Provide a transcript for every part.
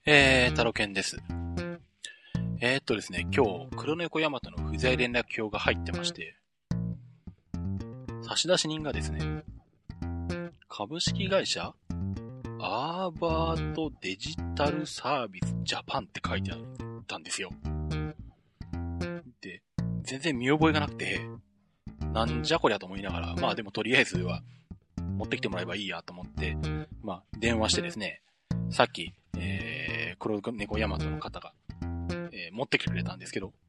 タロケンです。ですね、今日、黒猫ヤマトの不在連絡票が入ってまして、差出人がですね、株式会社アーバートデジタルサービスジャパンって書いてあったんですよ。で、全然見覚えがなくて、なんじゃこりゃと思いながら、まあでもとりあえずは持ってきてもらえばいいやと思って、まあ電話してですね、さっき、黒猫ヤマトの方が、持ってきてくれたんですけど、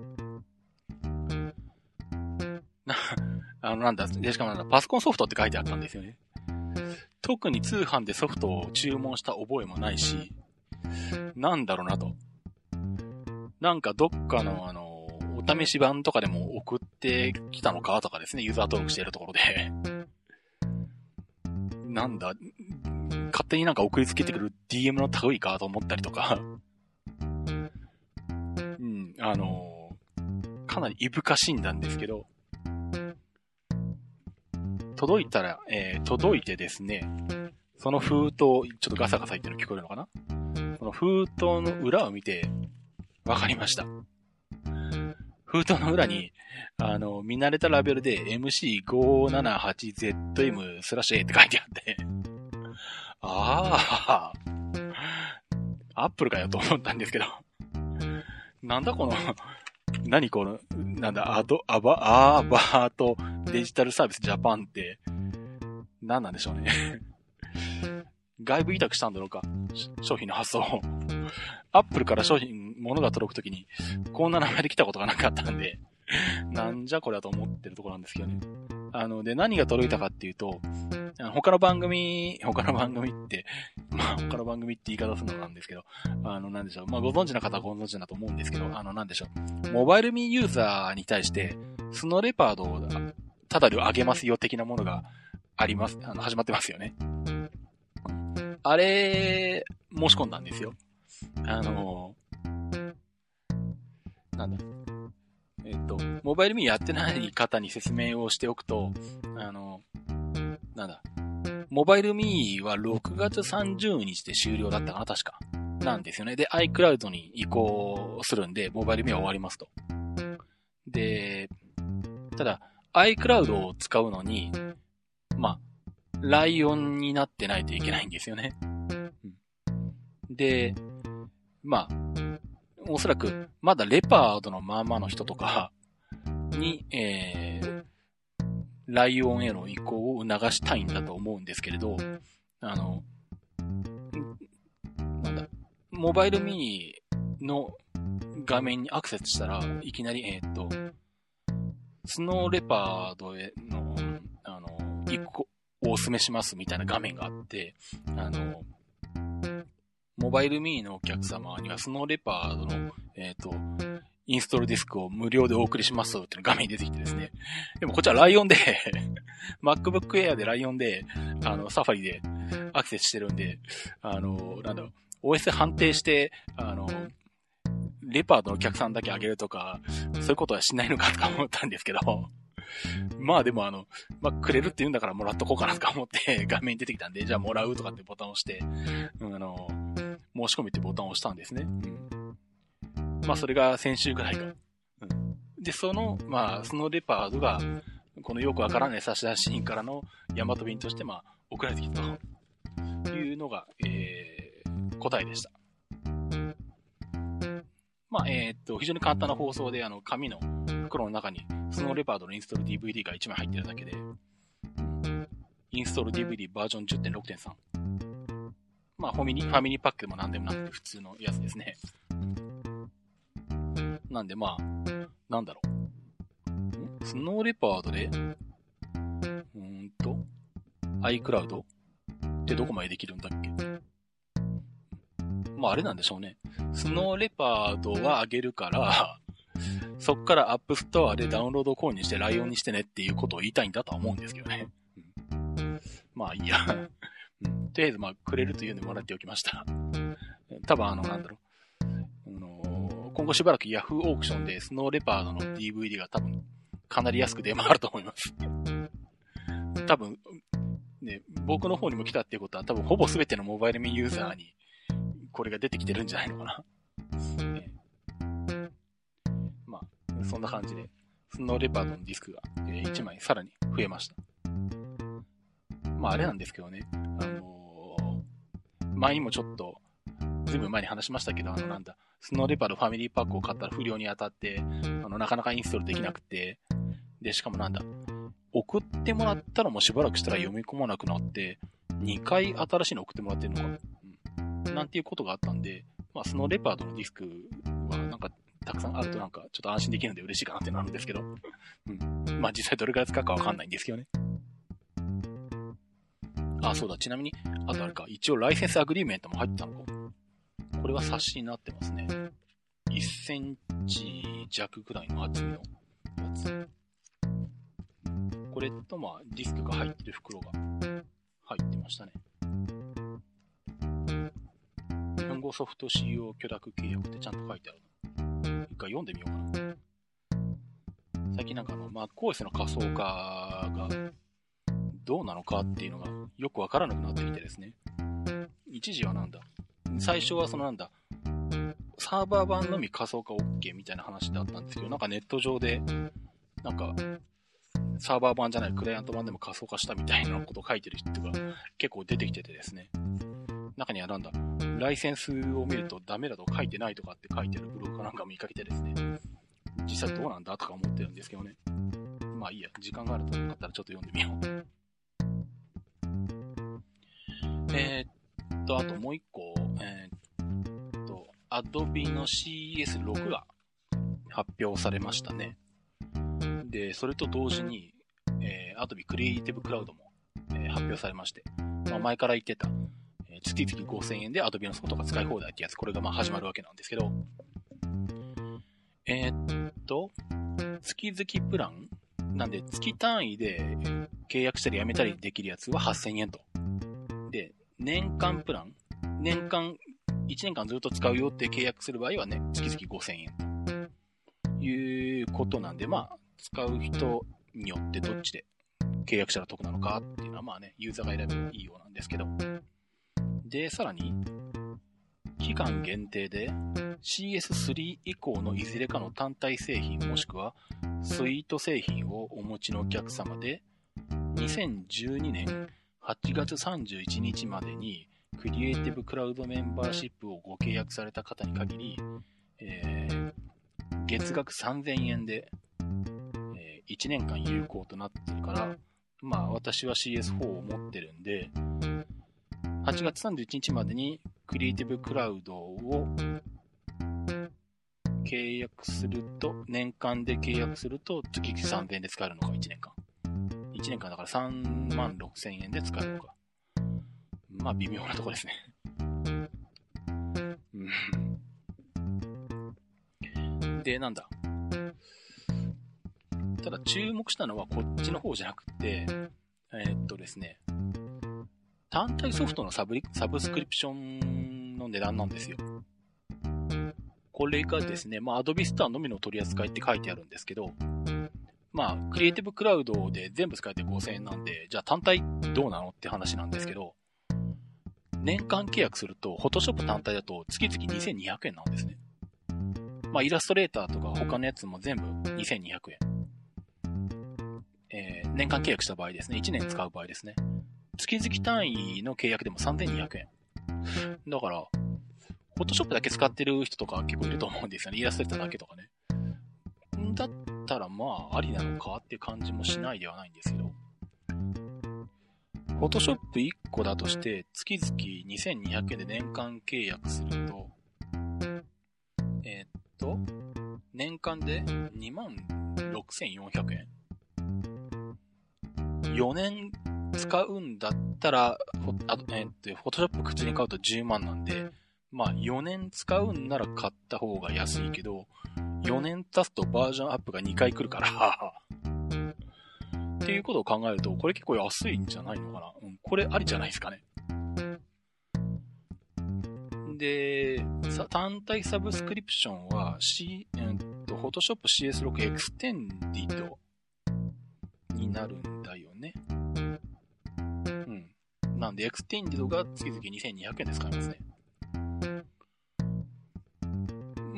しかもパソコンソフトって書いてあったんですよね。特に通販でソフトを注文した覚えもないし、なんだろうなと。なんかどっかのお試し版とかでも送ってきたのかとかですね、ユーザー登録しているところで。なんだ、勝手になんか送りつけてくる DM の類かと思ったりとか。かなりいぶかしいんだんですけど、届いてですね、その封筒、ちょっとガサガサ言ってるの聞こえるのかな？その封筒の裏を見て、わかりました。封筒の裏に、見慣れたラベルで MC578ZM/A って書いてあって、アップルかよと思ったんですけど、なんだこの、何この、なんだ、アーバートデジタルサービスジャパンって、何なんでしょうね。外部委託したんだろうか、商品の発送を。アップルから物が届くときに、こんな名前で来たことがなかったんで、なんじゃこれだと思ってるところなんですけどね。で、何が届いたかっていうと、他の番組って、他の番組って言い方するのなんですけど、なんでしょう。まあ、ご存知の方はご存知だと思うんですけど、なんでしょう。モバイルミーユーザーに対して、スノーレパードをタダであげますよ的なものがあります。始まってますよね。あれ、申し込んだんですよ。なんだ。モバイルミーやってない方に説明をしておくと、モバイルミーは6月30日で終了だったかな、確か。なんですよね。で、iCloud に移行するんで、モバイルミーは終わりますと。で、ただ、iCloud を使うのに、まあ、ライオンになってないといけないんですよね。で、まあ、おそらく、まだレパードのままの人とかに、ライオンへの移行を促したいんだと思うんですけれど、モバイルミーの画面にアクセスしたらいきなり、スノーレパードへの、移行をお勧めしますみたいな画面があって、モバイルミーのお客様にはスノーレパードの、インストールディスクを無料でお送りしますっていう画面に出てきてですね。でもこっちはライオンでMacBook Air でライオンで、サファリでアクセスしてるんで、OS 判定して、レパードのお客さんだけあげるとか、そういうことはしないのかとか思ったんですけど、まあでもくれるって言うんだからもらっとこうかなとか思って画面に出てきたんで、じゃあもらうとかってボタンを押して、申し込みってボタンを押したんですね。まあそれが先週ぐらいか。で、スノーレパードが、このよくわからない差出人からのヤマト便として、送られてきたというのが、答えでした。非常に簡単な放送で、紙の袋の中に、スノーレパードのインストール DVD が1枚入ってるだけで、インストール DVD バージョン 10.6.3。ファミリーパックでも何でもなくて普通のやつですね。なんでなんだろう。スノーレパードで、iCloud ってどこまでできるんだっけ？あれなんでしょうね。スノーレパードは上げるから、そっからアップストアでダウンロード購入してライオンにしてねっていうことを言いたいんだとは思うんですけどね。いいや。とりあえずくれるというのでもらっておきました。多分今後しばらく Yahoo オークションでスノーレパードの DVD が多分かなり安く出回ると思います。多分、ね、僕の方にも来たっていうことは多分ほぼ全てのモバイルミーユーザーにこれが出てきてるんじゃないのかな。まあ、そんな感じで、スノーレパードのディスクが、1枚さらに増えました。まあ、あれなんですけどね、前にもちょっと、ずいぶん前に話しましたけど、スノーレパードファミリーパックを買ったら不良に当たって、なかなかインストールできなくて、で、しかも送ってもらったらもうしばらくしたら読み込まなくなって、2回新しいの送ってもらってるのか、なんていうことがあったんで、まあ、スノーレパードのディスクはたくさんあるとちょっと安心できるんで嬉しいかなってなるんですけど、まあ実際どれくらい使うかわかんないんですけどね。あ、そうだ、ちなみに、あとあれか、一応ライセンスアグリーメントも入ってたのか。これは冊子になってますね。1センチ弱くらいの厚みのやつ。これとまあディスクが入ってる袋が入ってましたね。日本語ソフト使用許諾契約ってちゃんと書いてあるの。一回読んでみようかな。最近MacOS の仮想化がどうなのかっていうのがよくわからなくなってきてですね。一時は最初はサーバー版のみ仮想化 OK みたいな話だったんですけど、ネット上でサーバー版じゃないクライアント版でも仮想化したみたいなことを書いてる人が結構出てきててですね。中にはライセンスを見るとダメだと書いてないとかって書いてるブログかなんか見かけてですね。実際どうなんだとか思ってるんですけどね。まあいいや、時間があると思ったらちょっと読んでみよう。あともう一個、Adobe の CS6 が発表されましたね。で、それと同時に、Adobe Creative Cloud も、発表されまして、まあ、前から言ってた、月々5000円で Adobe のソフトが使い放題ってやつ、これがまあ始まるわけなんですけど、月々プランなんで月単位で契約したりやめたりできるやつは8000円と。で、年間プラン、1年間ずっと使うよって契約する場合はね、月々5000円ということなんで、まあ、使う人によってどっちで契約したら得なのかっていうのはまあね、ユーザーが選べばいいようなんですけど。で、さらに、期間限定で CS3 以降のいずれかの単体製品もしくはスイート製品をお持ちのお客様で2012年8月31日までにクリエイティブクラウドメンバーシップをご契約された方に限り、月額3000円で、1年間有効となってるから、まあ私は CS4 を持ってるんで、8月31日までにクリエイティブクラウドを契約すると、年間で契約すると月々3000円で使えるのか、1年間。1年間だから3万6000円で使えるのか。まあ微妙なとこですね。で、ただ注目したのはこっちの方じゃなくて、ですね、単体ソフトのサブスクリプションの値段なんですよ。これがですね、まあ Adobe Store のみの取り扱いって書いてあるんですけど、まあクリエイティブクラウドで全部使えて5000円なんで、じゃあ単体どうなのって話なんですけど、年間契約すると Photoshop 単体だと月々2200円なんですね。まあイラストレーターとか他のやつも全部2200円。年間契約した場合ですね、1年使う場合ですね。月々単位の契約でも3200円。だから、フォトショップだけ使ってる人とか結構いると思うんですよね。イラストレーターだけとかね。だったらまあ、ありなのかっていう感じもしないではないんですけど。フォトショップ1個だとして、月々2200円で年間契約すると、年間で26,400円。4年使うんだったら、フォトショップ口に買うと10万なんで、まあ4年使うんなら買った方が安いけど、4年経つとバージョンアップが2回来るからっていうことを考えると、これ結構安いんじゃないのかな。これありじゃないですかね。で、単体サブスクリプションは、Photoshop CS6 Extended になるんだよね。なんで、Extended が月々2200円で使えますね。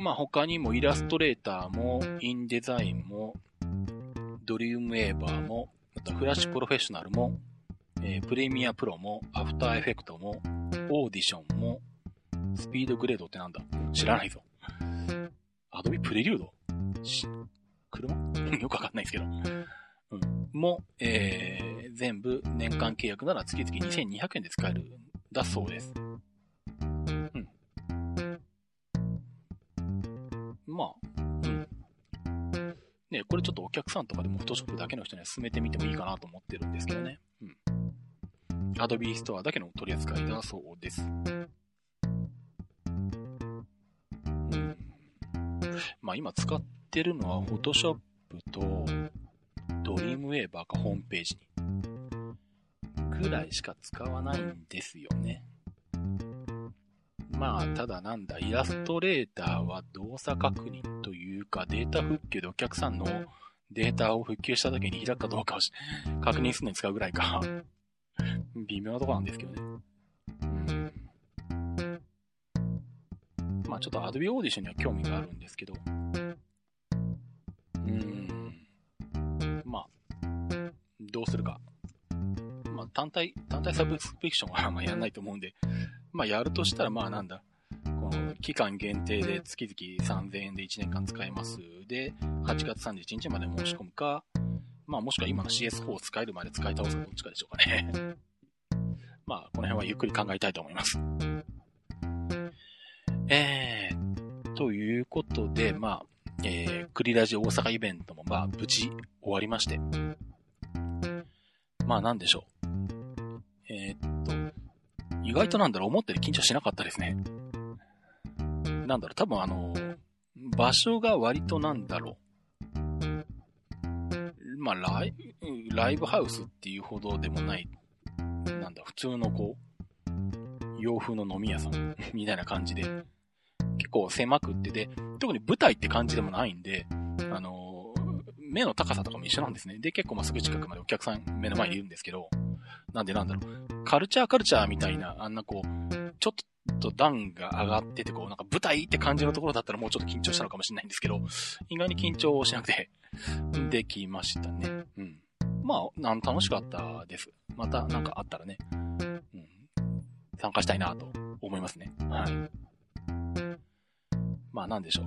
まあ他にもイラストレーターも、インデザインも、ドリームウェーバーも、またフラッシュプロフェッショナルも、プレミアプロも、アフターエフェクトも、オーディションも、スピードグレードってなんだ？知らないぞ。アドビプレリュード？車？よくわかんないですけど。も、全部年間契約なら月々2200円で使えるんだそうです。まあ、ね、これちょっとお客さんとかでもフォトショップだけの人には進めてみてもいいかなと思ってるんですけどね。Adobe ストアだけの取り扱いだそうです。まあ今使ってるのは Photoshop と Dreamweaver かホームページにぐらいしか使わないんですよね。まあただなんだ、イラストレーターは動作確認というかデータ復旧でお客さんのデータを復旧した時に開くかどうかを確認するのに使うぐらいか微妙なところなんですけどね。まあちょっと Adobe Audition には興味があるんですけど、まあどうするか。まあ単体サブスクリプションはまあやんないと思うんで、まあやるとしたらまあなんだ、この期間限定で月々3000円で1年間使えますで、8月31日まで申し込むか、まあもしくは今の CS4 を使えるまで使い倒すかどっちかでしょうかね。まあこの辺はゆっくり考えたいと思います。ということで、まあ、クリラジ大阪イベントもまあ無事終わりまして、まあなんでしょう。意外となんだろう、思ったより緊張しなかったですね。なんだろう、多分場所が割となんだろう。まあライブハウスっていうほどでもない、なんだ、普通のこう、洋風の飲み屋さんみたいな感じで、結構狭くってで、特に舞台って感じでもないんで、目の高さとかも一緒なんですね。で、結構まあすぐ近くまでお客さん目の前にいるんですけど、なんでなんだろう、カルチャーみたいな、あんなこう、ちょっと段が上がってて、こう、なんか舞台って感じのところだったらもうちょっと緊張したのかもしれないんですけど、意外に緊張しなくてできましたね。まあ、楽しかったです。またなんかあったらね、参加したいなと思いますね。はい。まあなんでしょう。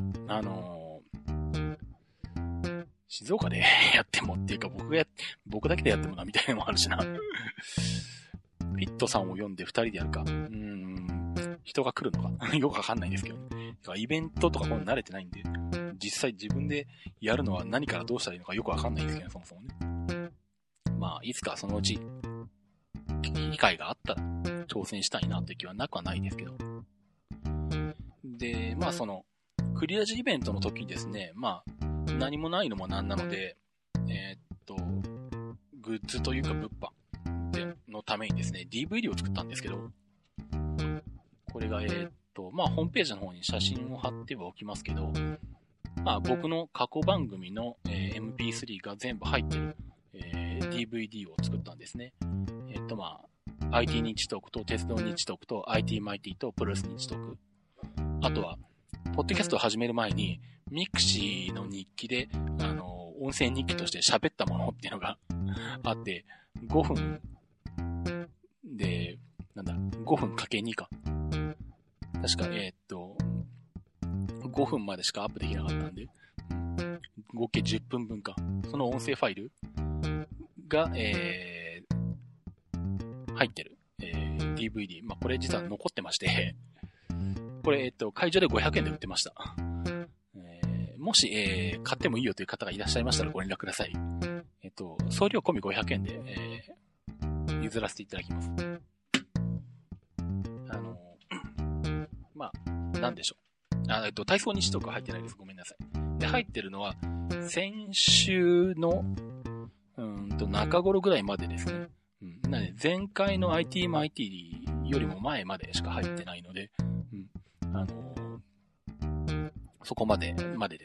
静岡でやってもっていうか僕だけでやってもなみたいなのもあるしな。フィットさんを読んで2人でやるか。人が来るのかよくわかんないんですけど、ね。イベントとかも慣れてないんで、実際自分でやるのは何からどうしたらいいのかよくわかんないんですけどね、そもそもね。まあ、いつかそのうち、機会があったら挑戦したいなっていう気はなくはないですけど。で、まあクリアジイベントの時にですね、まあ、何もないのもなんなので、グッズというか物販のためにですね、DVD を作ったんですけど、これがまあホームページの方に写真を貼ってはおきますけど、まあ僕の過去番組の、MP3 が全部入ってる、DVD を作ったんですね。まあ IT 日トークと鉄道日トークと IT マイティとプロレス日トーク。あとは、ポッドキャストを始める前に、ミクシーの日記で、音声日記として喋ったものっていうのがあって、5分で、5分かけ2か。確か、5分までしかアップできなかったんで、合計10分分か。その音声ファイルが、入ってる、DVD。まあ、これ実は残ってまして、これ、会場で500円で売ってました。もし、買ってもいいよという方がいらっしゃいましたらご連絡ください。送料込み500円で、譲らせていただきます。まあ、なんでしょう。体操日とか入ってないです。ごめんなさい。で、入ってるのは、先週の、中頃ぐらいまでですね。なので、前回の IT マイティよりも前までしか入ってないので、そこまでです。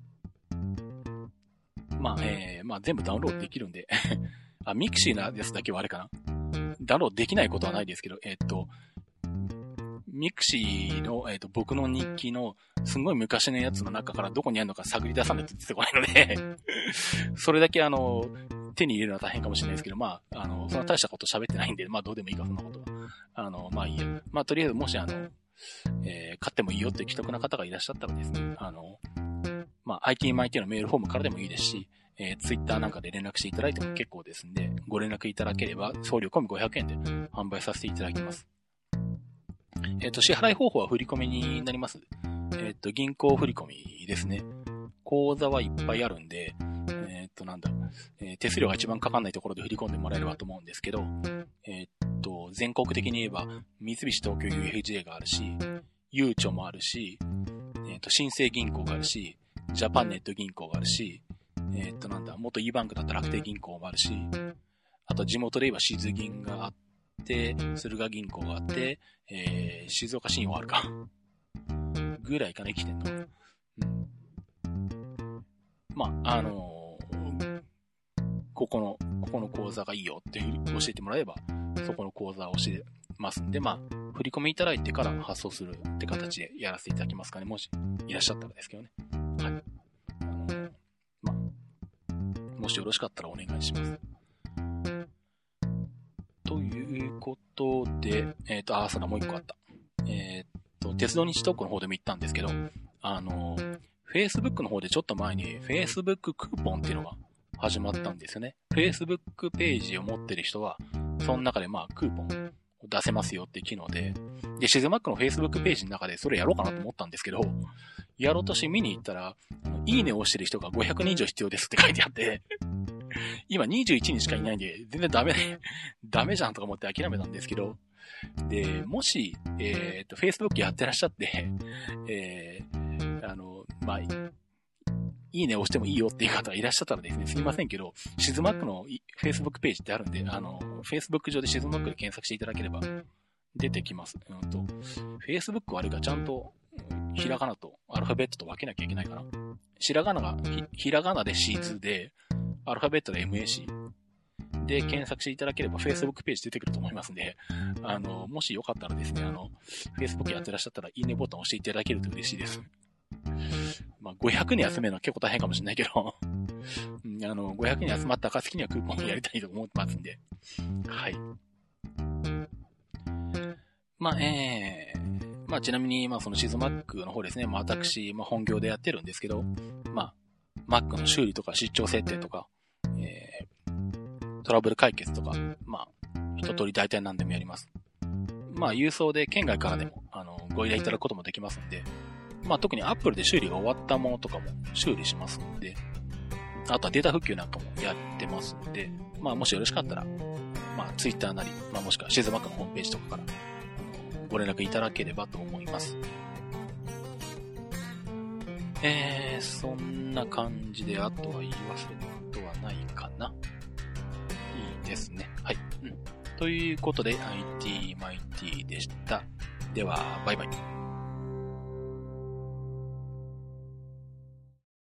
まあ、まあ全部ダウンロードできるんでミクシーのやつだけはあれかな。ダウンロードできないことはないですけど、 ミクシーの、僕の日記のすんごい昔のやつの中からどこにあるのか探り出さないと出てこないので、それだけ手に入れるのは大変かもしれないですけど、まあ、そんな大したこと喋ってないんで、まあどうでもいいか、そんなことは。まあいいや。まあとりあえずもし買ってもいいよっていう既得な方がいらっしゃったらですね、まあ ITMIT のメールフォームからでもいいですし、Twitter なんかで連絡していただいても結構ですんで、ご連絡いただければ送料込み500円で販売させていただきます。支払い方法は振り込みになります。銀行振り込みですね。口座はいっぱいあるんで、手数料が一番かかんないところで振り込んでもらえればと思うんですけど、全国的に言えば、三菱東京 UFJ があるし、ゆうちょもあるし、新生銀行があるし、ジャパンネット銀行があるし、元 E バンクだったら楽天銀行もあるし、あと地元で言えば静銀があって、駿河銀行があって、静岡信用あるか。ぐらいかね、来てんの。まあ、ここの口座がいいよって教えてもらえば、そこの口座を教えますんで、まあ、振り込みいただいてから発送するって形でやらせていただきますかね。もしいらっしゃったらですけどね。はい。まあ、もしよろしかったらお願いします。ということで、そうだ、もう一個あった。鉄道日特区の方でも言ったんですけど、Facebook の方でちょっと前に Facebook クーポンっていうのが始まったんですよね。Facebook ページを持ってる人は、その中でまあクーポンを出せますよっていう機能で、シズマックの Facebook ページの中でそれやろうかなと思ったんですけど、やろうとして見に行ったら、いいねを押してる人が500人以上必要ですって書いてあって、今21人しかいないんで、全然ダメじゃんとか思って諦めたんですけど、で、もし、Facebook やってらっしゃって、まあ、いいねを押してもいいよっていう方がいらっしゃったらですね、すいませんけど、シズマックの Facebook ページってあるんで、Facebook 上でシズマックで検索していただければ出てきます。Facebook はあれがちゃんと、ひらがなとアルファベットと分けなきゃいけないかな。ひらがなで C2 で、アルファベットで MAC で検索していただければ Facebook ページ出てくると思いますんで、もしよかったらですね、Facebook やってらっしゃったらいいねボタンを押していただけると嬉しいです。まあ、500人集めるのは結構大変かもしれないけど、500人集まった暁にはクーポンをやりたいと思ってますんで、はい。まあ、ちなみに、まあ、そのシズマックの方ですね、まあ、私、まあ、本業でやってるんですけど、まあ、Mac の修理とか出張設定とか、トラブル解決とか、まあ、一通り大体何でもやります。まあ、郵送で県外からでも、ご依頼いただくこともできますんで、まあ、特に Apple で修理が終わったものとかも修理しますんで、あとはデータ復旧なんかもやってますんで、まあ、もしよろしかったら、まあ、Twitter なり、まあ、もしくはシズマックのホームページとかから、ご連絡いただければと思います。そんな感じで、あとは言い忘れたことはないかな。いいですね。はい。ということで、IT マイティでした。では、バイバイ。